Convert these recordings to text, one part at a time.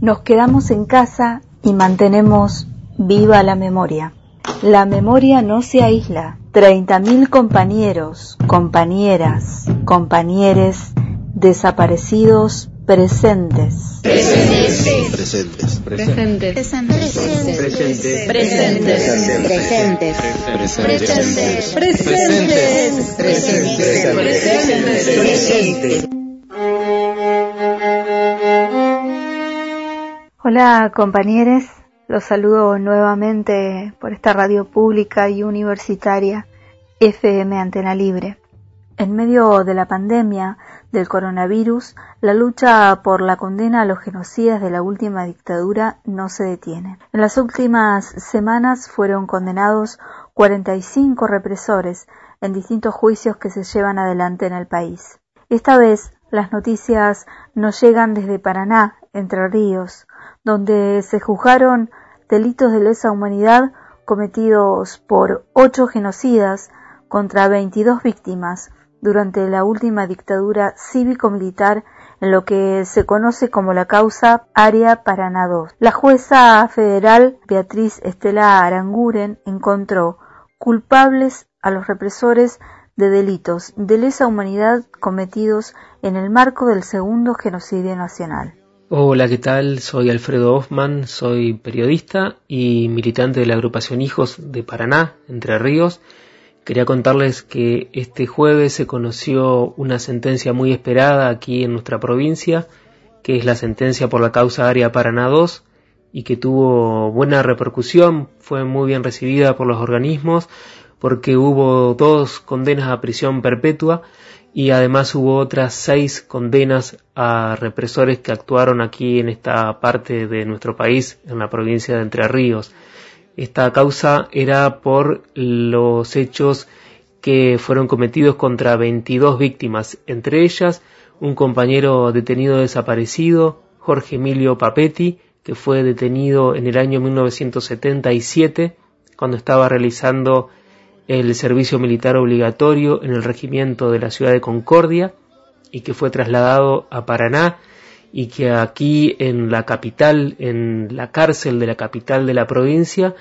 Nos quedamos en casa y mantenemos viva la memoria. La memoria no se aísla. 30.000 compañeros, compañeras, compañeres desaparecidos presentes. Presentes. Hola compañeros, los saludo nuevamente por esta radio pública y universitaria FM Antena Libre. En medio de la pandemia del coronavirus, la lucha por la condena a los genocidas de la última dictadura no se detiene. En las últimas semanas fueron condenados 45 represores en distintos juicios que se llevan adelante en el país. Esta vez las noticias nos llegan desde Paraná, Entre Ríos, donde se juzgaron delitos de lesa humanidad cometidos por 8 genocidas contra 22 víctimas durante la última dictadura cívico-militar en lo que se conoce como la causa Área Paraná 2. La jueza federal Beatriz Estela Aranguren encontró culpables a los represores de delitos de lesa humanidad cometidos en el marco del segundo genocidio nacional. Hola, ¿qué tal? Soy Alfredo Hoffman, soy periodista y militante de la agrupación Hijos de Paraná, Entre Ríos. Quería contarles que este jueves se conoció una sentencia muy esperada aquí en nuestra provincia, que es la sentencia por la causa Área Paraná 2, y que tuvo buena repercusión, fue muy bien recibida por los organismos, porque hubo 2 condenas a prisión perpetua, y además hubo otras 6 condenas a represores que actuaron aquí en esta parte de nuestro país, en la provincia de Entre Ríos. Esta causa era por los hechos que fueron cometidos contra 22 víctimas, entre ellas un compañero detenido desaparecido, Jorge Emilio Papetti, que fue detenido en el año 1977, cuando estaba realizando el servicio militar obligatorio en el regimiento de la ciudad de Concordia y que fue trasladado a Paraná y que aquí en la capital, en la cárcel de la capital de la provincia,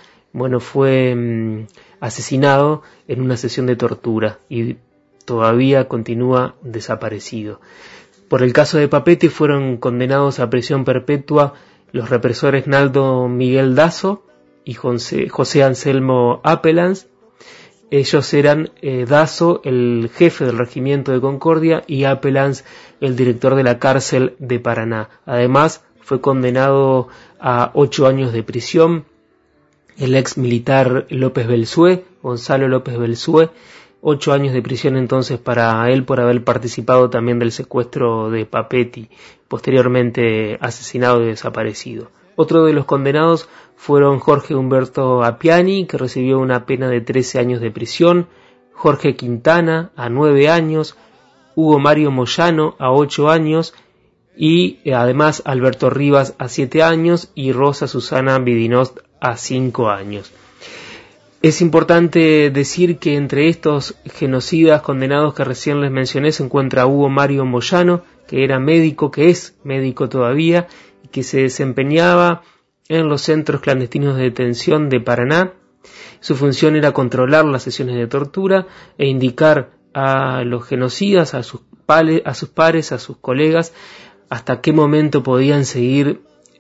fue asesinado en una sesión de tortura y todavía continúa desaparecido. Por el caso de Papetti fueron condenados a prisión perpetua los represores Naldo Miguel Dazo y José Anselmo Appelans. Ellos eran Dazo, el jefe del regimiento de Concordia, y Appelans, el director de la cárcel de Paraná. Además, fue condenado a 8 años de prisión el ex militar López Belsué, Gonzalo López Belsué, 8 años de prisión entonces para él por haber participado también del secuestro de Papetti, posteriormente asesinado y desaparecido. Otro de los condenados fueron Jorge Humberto Appiani, que recibió una pena de 13 años de prisión, Jorge Quintana a 9 años, Hugo Mario Moyano a 8 años y además Alberto Rivas a 7 años y Rosa Susana Vidinost a 5 años. Es importante decir que entre estos genocidas condenados que recién les mencioné se encuentra Hugo Mario Moyano, que era médico, que es médico todavía, y que se desempeñaba en los centros clandestinos de detención de Paraná. Su función era controlar las sesiones de tortura e indicar a los genocidas, a sus pares, a sus colegas, hasta qué momento podían seguir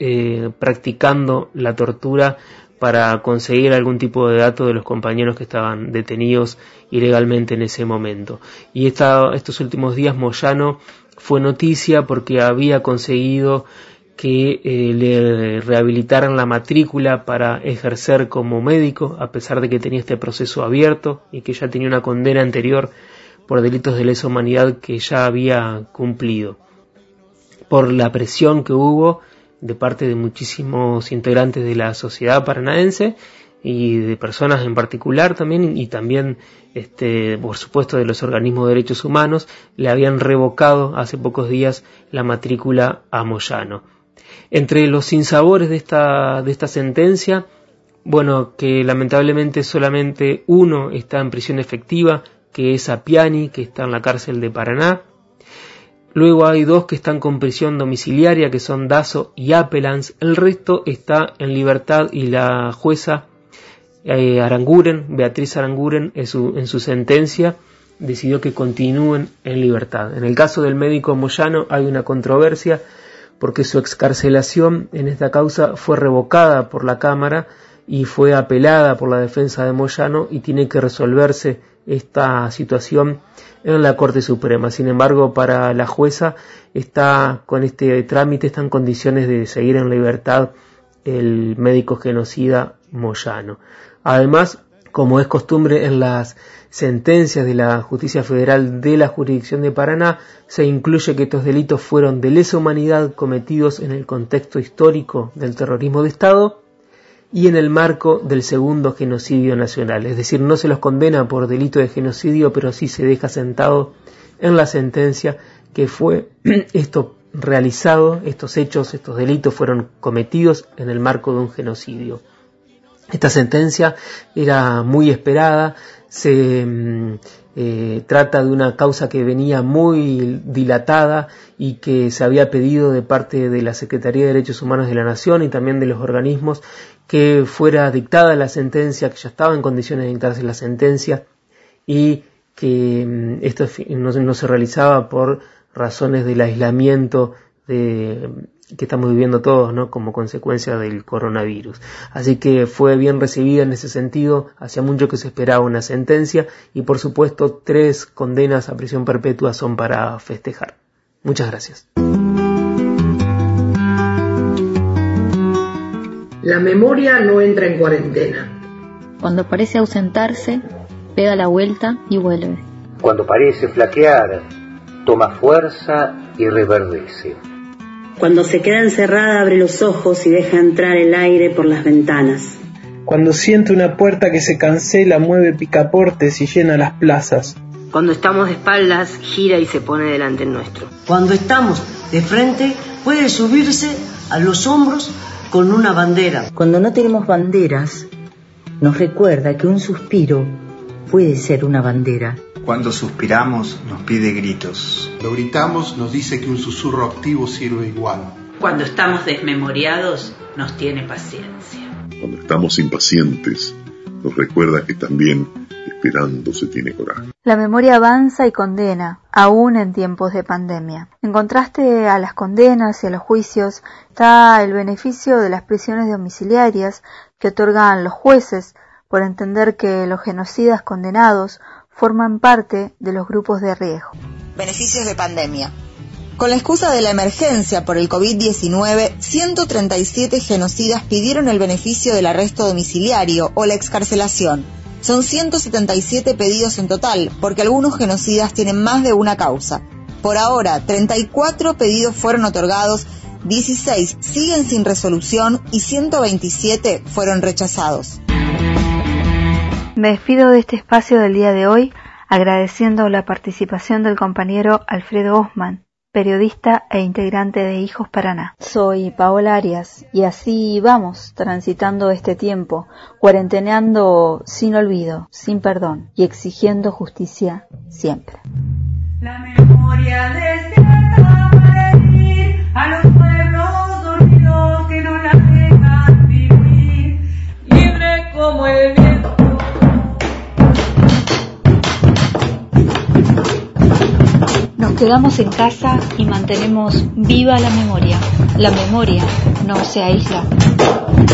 practicando la tortura para conseguir algún tipo de dato de los compañeros que estaban detenidos ilegalmente en ese momento. Y estos últimos días Moyano fue noticia porque había conseguido que le rehabilitaran la matrícula para ejercer como médico, a pesar de que tenía este proceso abierto y que ya tenía una condena anterior por delitos de lesa humanidad que ya había cumplido. Por la presión que hubo de parte de muchísimos integrantes de la sociedad paranaense y de personas en particular también, y también por supuesto de los organismos de derechos humanos, le habían revocado hace pocos días la matrícula a Moyano. Entre los sinsabores de esta sentencia, que lamentablemente solamente uno está en prisión efectiva, que es Appiani, que está en la cárcel de Paraná. Luego hay 2 que están con prisión domiciliaria, que son Dazo y Appelans. El resto está en libertad y la jueza Aranguren, Beatriz Aranguren, en su sentencia decidió que continúen en libertad. En el caso del médico Moyano hay una controversia porque su excarcelación en esta causa fue revocada por la Cámara y fue apelada por la defensa de Moyano y tiene que resolverse esta situación en la Corte Suprema. Sin embargo, para la jueza está con este trámite, está en condiciones de seguir en libertad el médico genocida Moyano. Además, como es costumbre en las sentencias de la Justicia Federal de la jurisdicción de Paraná, se incluye que estos delitos fueron de lesa humanidad cometidos en el contexto histórico del terrorismo de Estado y en el marco del segundo genocidio nacional. Es decir, no se los condena por delito de genocidio, pero sí se deja sentado en la sentencia que fue esto realizado, estos hechos, estos delitos fueron cometidos en el marco de un genocidio. Esta sentencia era muy esperada, se trata de una causa que venía muy dilatada y que se había pedido de parte de la Secretaría de Derechos Humanos de la Nación y también de los organismos que fuera dictada la sentencia, que ya estaba en condiciones de dictarse la sentencia y que esto no se realizaba por razones del aislamiento que estamos viviendo todos, ¿no?, como consecuencia del coronavirus. Así que fue bien recibida en ese sentido, hacía mucho que se esperaba una sentencia y por supuesto 3 condenas a prisión perpetua son para festejar. Muchas gracias. La memoria no entra en cuarentena. Cuando parece ausentarse, pega la vuelta y vuelve. Cuando parece flaquear, toma fuerza y reverdece. Cuando se queda encerrada, abre los ojos y deja entrar el aire por las ventanas. Cuando siente una puerta que se cancela, mueve picaportes y llena las plazas. Cuando estamos de espaldas, gira y se pone delante nuestro. Cuando estamos de frente, puede subirse a los hombros con una bandera. Cuando no tenemos banderas, nos recuerda que un suspiro puede ser una bandera. Cuando suspiramos, nos pide gritos. Cuando gritamos, nos dice que un susurro activo sirve igual. Cuando estamos desmemoriados, nos tiene paciencia. Cuando estamos impacientes, nos recuerda que también esperando se tiene coraje. La memoria avanza y condena, aún en tiempos de pandemia. En contraste a las condenas y a los juicios, está el beneficio de las prisiones domiciliarias que otorgan los jueces por entender que los genocidas condenados forman parte de los grupos de riesgo. Beneficios de pandemia. Con la excusa de la emergencia por el COVID-19, 137 genocidas pidieron el beneficio del arresto domiciliario o la excarcelación. Son 177 pedidos en total, porque algunos genocidas tienen más de una causa. Por ahora, 34 pedidos fueron otorgados, 16 siguen sin resolución y 127 fueron rechazados. Me despido de este espacio del día de hoy agradeciendo la participación del compañero Alfredo Osman, periodista e integrante de Hijos Paraná. Soy Paola Arias y así vamos transitando este tiempo, cuarenteneando sin olvido, sin perdón y exigiendo justicia siempre. La memoria despierta para herir a los pueblos dormidos que no la dejan vivir, libre como el viento. Nos quedamos en casa y mantenemos viva la memoria. La memoria no se aísla.